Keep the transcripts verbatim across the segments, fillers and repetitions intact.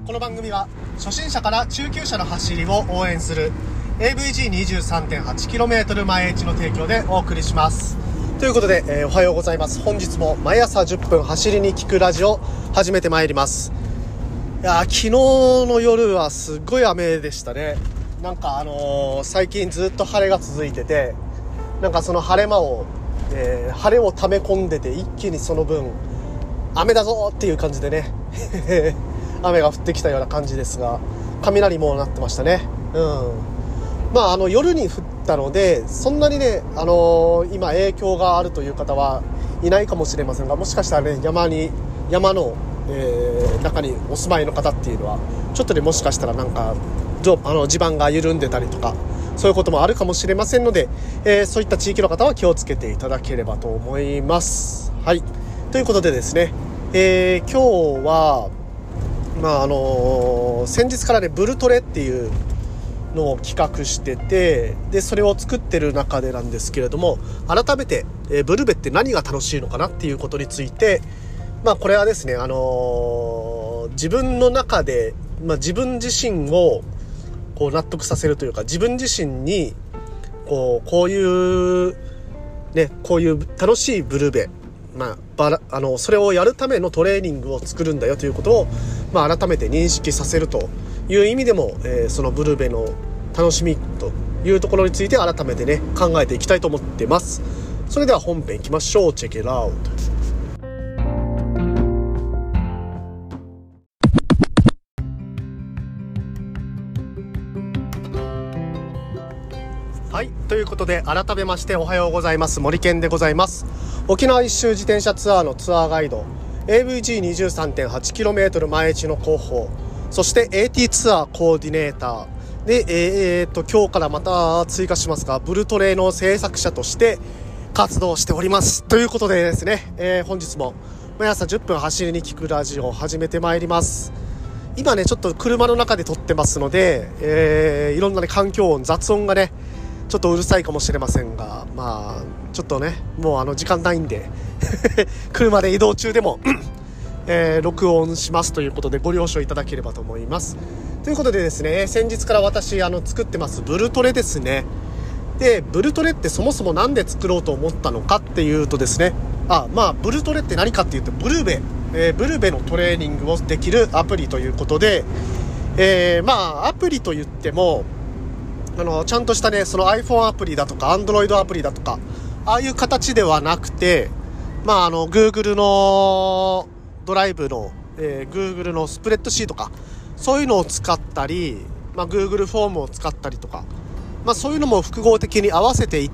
この番組は初心者から中級者の走りを応援する エーブイジーにじゅうさんてんはちキロメートル 毎日の提供でお送りします。ということで、えー、おはようございます。本日も毎朝じゅっぷん走りに聞くラジオ始めてまいります。いや昨日の夜はすごい雨でしたね。なんかあのー、最近ずっと晴れが続いてて、なんかその晴れ間を、えー、晴れを溜め込んでて、一気にその分雨だぞっていう感じでね雨が降ってきたような感じですが、雷もなってましたね。うんまああの夜に降ったので、そんなにね、あのー、今影響があるという方はいないかもしれませんが、もしかしたらね、山に山の、えー、中にお住まいの方っていうのはちょっとね、もしかしたらなんかあの地盤が緩んでたりとか、そういうこともあるかもしれませんので、えー、そういった地域の方は気をつけていただければと思います。はい、ということでですね、えー、今日はまああのー、先日からね、ブルトレっていうのを企画してて、でそれを作ってる中でなんですけれども、改めて、えー、ブルベって何が楽しいのかなっていうことについて、まあこれはですね、あのー、自分の中で、まあ、自分自身をこう納得させるというか、自分自身にこうこういうね、こういう楽しいブルベ、まあ、バラあのそれをやるためのトレーニングを作るんだよということを、まあ、改めて認識させるという意味でも、えー、そのブルベの楽しみというところについて改めてね、考えていきたいと思ってます。それでは本編いきましょう。チェックイットアウト。はい、ということで改めましておはようございます。森健でございます。沖縄一周自転車ツアーのツアーガイド エーブイジーにじゅうさんてんはちキロメートル 毎日の広報、そして エーティー ツアーコーディネーターで、えー、っと今日からまた追加しますが、ブルトレの制作者として活動しておりますということでですね、えー、本日も毎朝じゅっぷん走りに聞くラジオを始めてまいります。今ね、ちょっと車の中で撮ってますので、えー、いろんな、ね、環境音、雑音がねちょっとうるさいかもしれませんが、まあちょっとね、もうあの時間ないんで車で移動中でも、えー、録音しますということでご了承いただければと思います。ということでですね、先日から私あの作ってますブルトレですね。でブルトレってそもそもなんで作ろうと思ったのかっていうとですね、あまあブルトレって何かっていうと、ブルベ、えー、ブルベのトレーニングをできるアプリということで、えー、まあアプリと言ってもあのちゃんとしたね、その iPhone アプリだとか Android アプリだとか、ああいう形ではなくて、まああの Google のドライブの、えー、Google のスプレッドシートか、そういうのを使ったり、まあ、Google フォームを使ったりとか、まあ、そういうのも複合的に合わせていって、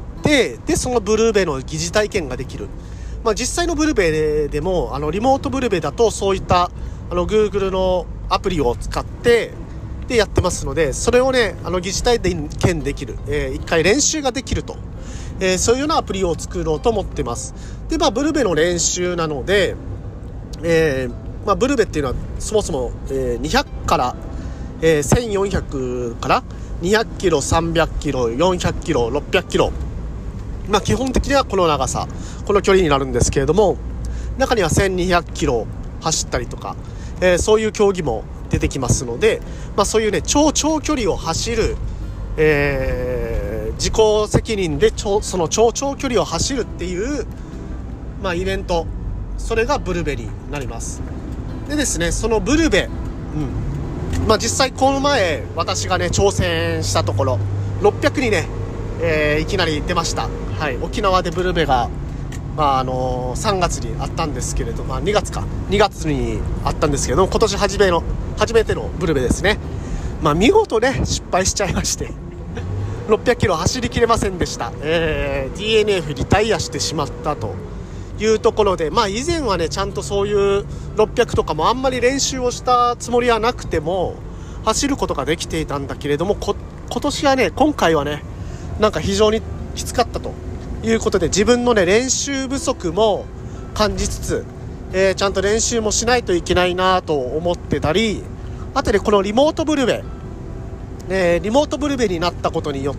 でそのブルベの疑似体験ができる。まあ、実際のブルベでもあのリモートブルベだとそういったあの Google のアプリを使ってでやってますので、それをね、あの疑似体験できる、えー、一回練習ができると、えー、そういうようなアプリを作ろうと思ってます。で、まあブルベの練習なので、えーまあ、ブルベっていうのはそもそも、えー、にひゃくから、えー、せんよんひゃくからにひゃくキロ、さんびゃくキロ、よんひゃくキロ、ろっぴゃくキロ、まあ基本的にはこの長さ、この距離になるんですけれども、中にはせんにひゃくキロ走ったりとか、えー、そういう競技も出てきますので、まあ、そういうね、超長距離を走る、えー、自己責任で超その超長距離を走るっていう、まあ、イベント、それがブルベになります。でですね、そのブルベ、うんまあ、実際この前私がね挑戦したところろっぴゃくにね、えー、いきなり出ました。はい、沖縄でブルベがまああのー、さんがつにあったんですけれど、まあ、にがつかにがつにあったんですけど、今年初めの初めてのブルベですね。まあ見事ね失敗しちゃいましてろっぴゃくキロ走りきれませんでした。えー、ディーエヌエフ リタイアしてしまったというところで、まあ以前はねちゃんとそういうろっぴゃくとかもあんまり練習をしたつもりはなくても走ることができていたんだけれども、こ今年はね今回はねなんか非常にきつかったということで、自分のね練習不足も感じつつ、えー、ちゃんと練習もしないといけないなと思ってたり、あとでこのリモートブルベ、えー、リモートブルベになったことによって、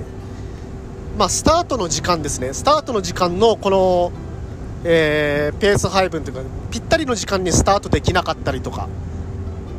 まあスタートの時間ですね、スタートの時間のこの、えー、ペース配分というかぴったりの時間にスタートできなかったりとか、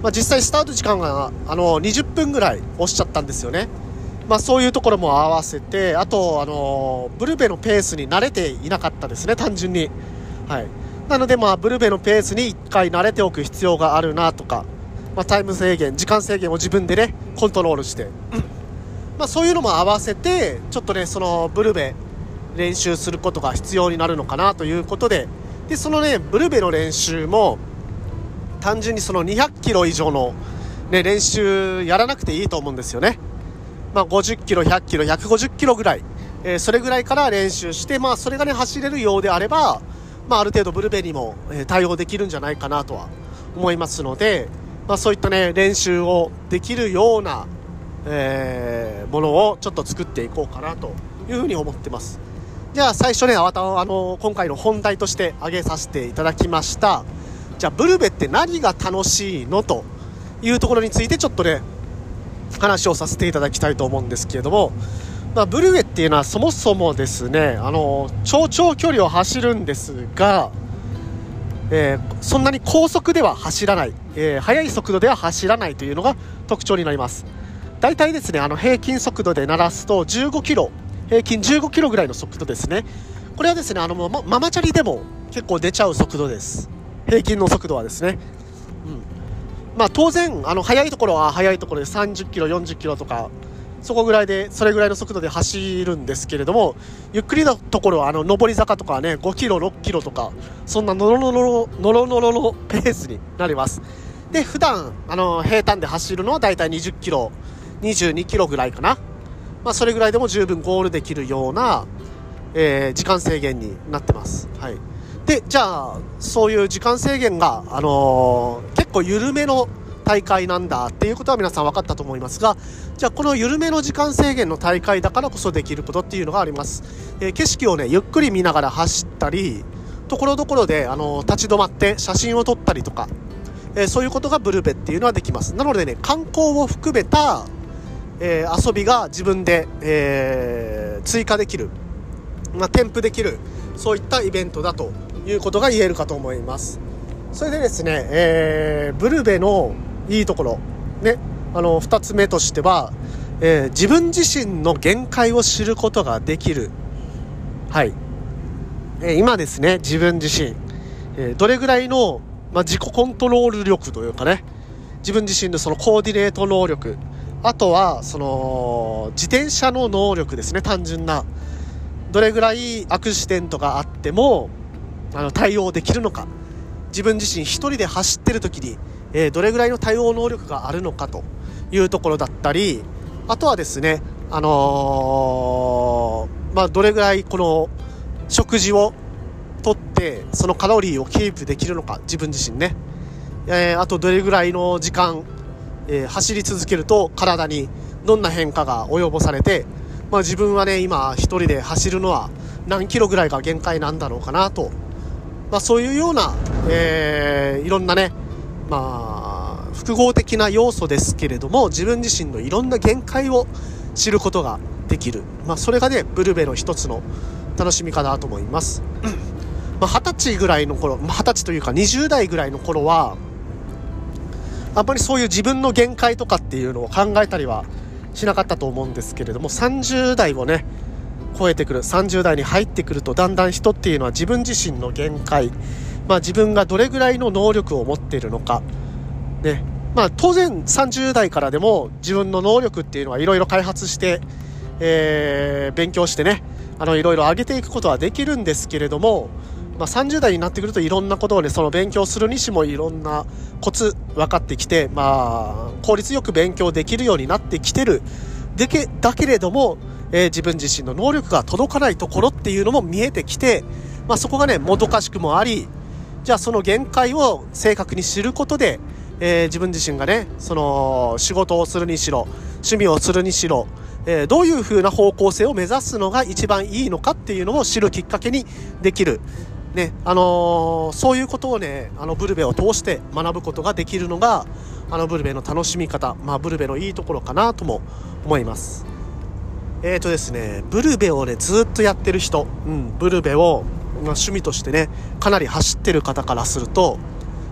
まあ、実際スタート時間があのにじゅっぷんぐらい押しちゃったんですよね。まあ、そういうところも合わせて、あとあのブルベのペースに慣れていなかったですね、単純に。はい、なので、まあ、ブルベのペースにいっかい慣れておく必要があるなとか、まあ、タイム制限、時間制限を自分でねコントロールして、まあ、そういうのも合わせてちょっとねそのブルベ練習することが必要になるのかなということで、でそのねブルベの練習も単純にそのにひゃっキロ以上の、ね、練習やらなくていいと思うんですよね。まあ、ごじゅっキロ、ひゃっキロ、ひゃくごじゅっキロぐらい、えー、それぐらいから練習して、まあ、それがね走れるようであれば、まあ、ある程度ブルベにも、えー、対応できるんじゃないかなとは思いますので、まあ、そういったね練習をできるような、えー、ものをちょっと作っていこうかなというふうに思ってます。じゃあ最初ねあの今回の本題として挙げさせていただきました。じゃあブルベって何が楽しいのというところについてちょっとね話をさせていただきたいと思うんですけれども、まあ、ブルベっていうのはそもそもですねあの超長距離を走るんですが、えー、そんなに高速では走らない、えー、速い速度では走らないというのが特徴になります。だいたいですねあの平均速度で鳴らすとじゅうごキロ、平均じゅうごキロぐらいの速度ですね。これはですねあの、ま、ママチャリでも結構出ちゃう速度です。平均の速度はですね、うんまあ、当然あの速いところは速いところでさんじゅっキロよんじゅっキロとかそこぐらいでそれぐらいの速度で走るんですけれども、ゆっくりなところはあの上り坂とかはねごキロろっキロとかそんなノロノロノロノロのペースになります。で普段あの平坦で走るのはだいたいにじゅっキロにじゅうにキロぐらいかな。まあ、それぐらいでも十分ゴールできるような、えー、時間制限になってます。はい、でじゃあそういう時間制限が、あのー、結構緩めの大会なんだっていうことは皆さん分かったと思いますが、じゃあこの緩めの時間制限の大会だからこそできることっていうのがあります。えー、景色をねゆっくり見ながら走ったり、ところどころで、あのー、立ち止まって写真を撮ったりとか、えー、そういうことがブルベっていうのはできます。なのでね観光を含めたえー、遊びが自分で、えー、追加できる、まあ、添付できるそういったイベントだということが言えるかと思います。それでですね、えー、ブルベのいいところ、ね、あのふたつめとしては、えー、自分自身の限界を知ることができる。はい、えー、今ですね自分自身、えー、どれぐらいの、まあ、自己コントロール力というかね、自分自身のそのコーディネート能力、あとはその自転車の能力ですね。単純などれぐらいアクシデントがあってもあの対応できるのか、自分自身一人で走ってる時に、えー、どれぐらいの対応能力があるのかというところだったり、あとはですね、あのーまあ、どれぐらいこの食事をとってそのカロリーをキープできるのか、自分自身ね、えー、あとどれぐらいの時間えー、走り続けると体にどんな変化が及ぼされて、まあ、自分はね今一人で走るのは何キロぐらいが限界なんだろうかなと、まあ、そういうような、えー、いろんなね、まあ、複合的な要素ですけれども、自分自身のいろんな限界を知ることができる、まあ、それがねブルベの一つの楽しみかなと思います。まあ、はたちぐらいの頃、まあ、はたちというかにじゅう代ぐらいの頃はあんまりそういう自分の限界とかっていうのを考えたりはしなかったと思うんですけれども、さんじゅう代をね超えてくる、さんじゅう代に入ってくるとだんだん人っていうのは自分自身の限界、まあ、自分がどれぐらいの能力を持っているのか、ねまあ、当然さんじゅう代からでも自分の能力っていうのはいろいろ開発して、えー、勉強してねあのいろいろ上げていくことはできるんですけれども、まあ、さんじゅう代になってくるといろんなことをねその勉強するにしてもいろんなコツ分かってきて、まあ、効率よく勉強できるようになってきてるでけだけれども、えー、自分自身の能力が届かないところっていうのも見えてきて、まあ、そこがねもどかしくもあり、じゃあその限界を正確に知ることで、えー、自分自身がねその仕事をするにしろ趣味をするにしろ、えー、どういう風な方向性を目指すのが一番いいのかっていうのを知るきっかけにできるね、あのー、そういうことをねあのブルベを通して学ぶことができるのがあのブルベの楽しみ方、まあ、ブルベのいいところかなとも思います。えーとですねブルベをねずっとやってる人、うん、ブルベを、まあ、趣味としてねかなり走ってる方からすると、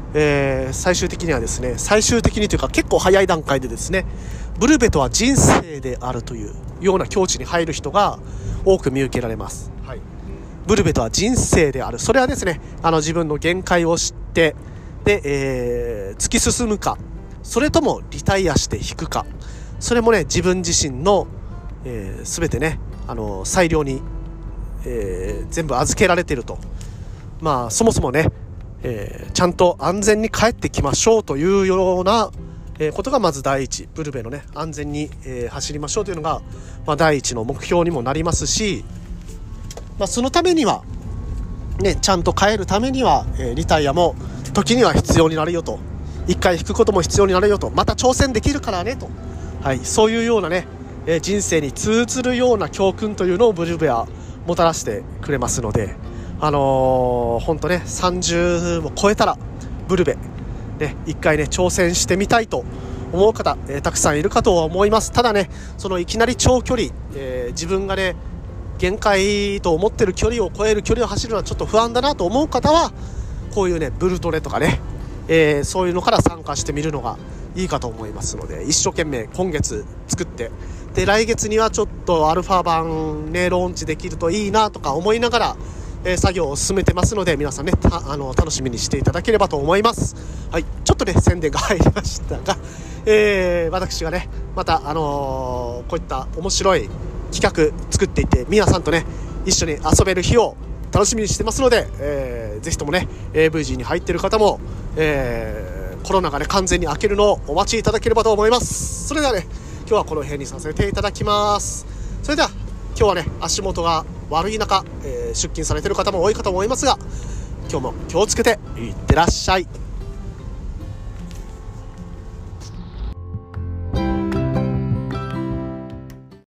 えー、最終的にはですね、最終的にというか結構早い段階でですね、ブルベとは人生であるというような境地に入る人が多く見受けられます。はい、ブルベとは人生である。それはですね、あの自分の限界を知ってで、えー、突き進むか、それともリタイアして引くか、それもね自分自身の、えー、全てねあの裁量に、えー、全部預けられていると。まあそもそもね、えー、ちゃんと安全に帰ってきましょうというような、えー、ことがまず第一。ブルベのね安全に、えー、走りましょうというのが、まあ、第一の目標にもなりますし、まあ、そのためにはねちゃんと帰るためには、えー、リタイアも時には必要になるよと、一回引くことも必要になるよと、また挑戦できるからねと、はい、そういうようなね、えー、人生に通ずるような教訓というのをブルベはもたらしてくれますので、あのー、ほんとねさんじゅうを超えたらブルベね一回ね挑戦してみたいと思う方、えー、たくさんいるかとは思います。ただねそのいきなり長距離、えー、自分がね限界と思ってる距離を超える距離を走るのはちょっと不安だなと思う方は、こういうねブルトレとかね、えー、そういうのから参加してみるのがいいかと思いますので、一生懸命今月作って、で来月にはちょっとアルファ版ねローンチできるといいなとか思いながら、えー、作業を進めてますので、皆さんねたあの楽しみにしていただければと思います。はい、ちょっとね宣伝が入りましたが、えー、私がねまた、あのー、こういった面白い企画作っていて、皆さんとね一緒に遊べる日を楽しみにしてますので、えー、ぜひともね エーブイジー に入っている方も、えー、コロナがね完全に明けるのをお待ちいただければと思います。それではね今日はこの辺にさせていただきます。それでは今日はね足元が悪い中、えー、出勤されている方も多いかと思いますが、今日も気をつけていってらっしゃい。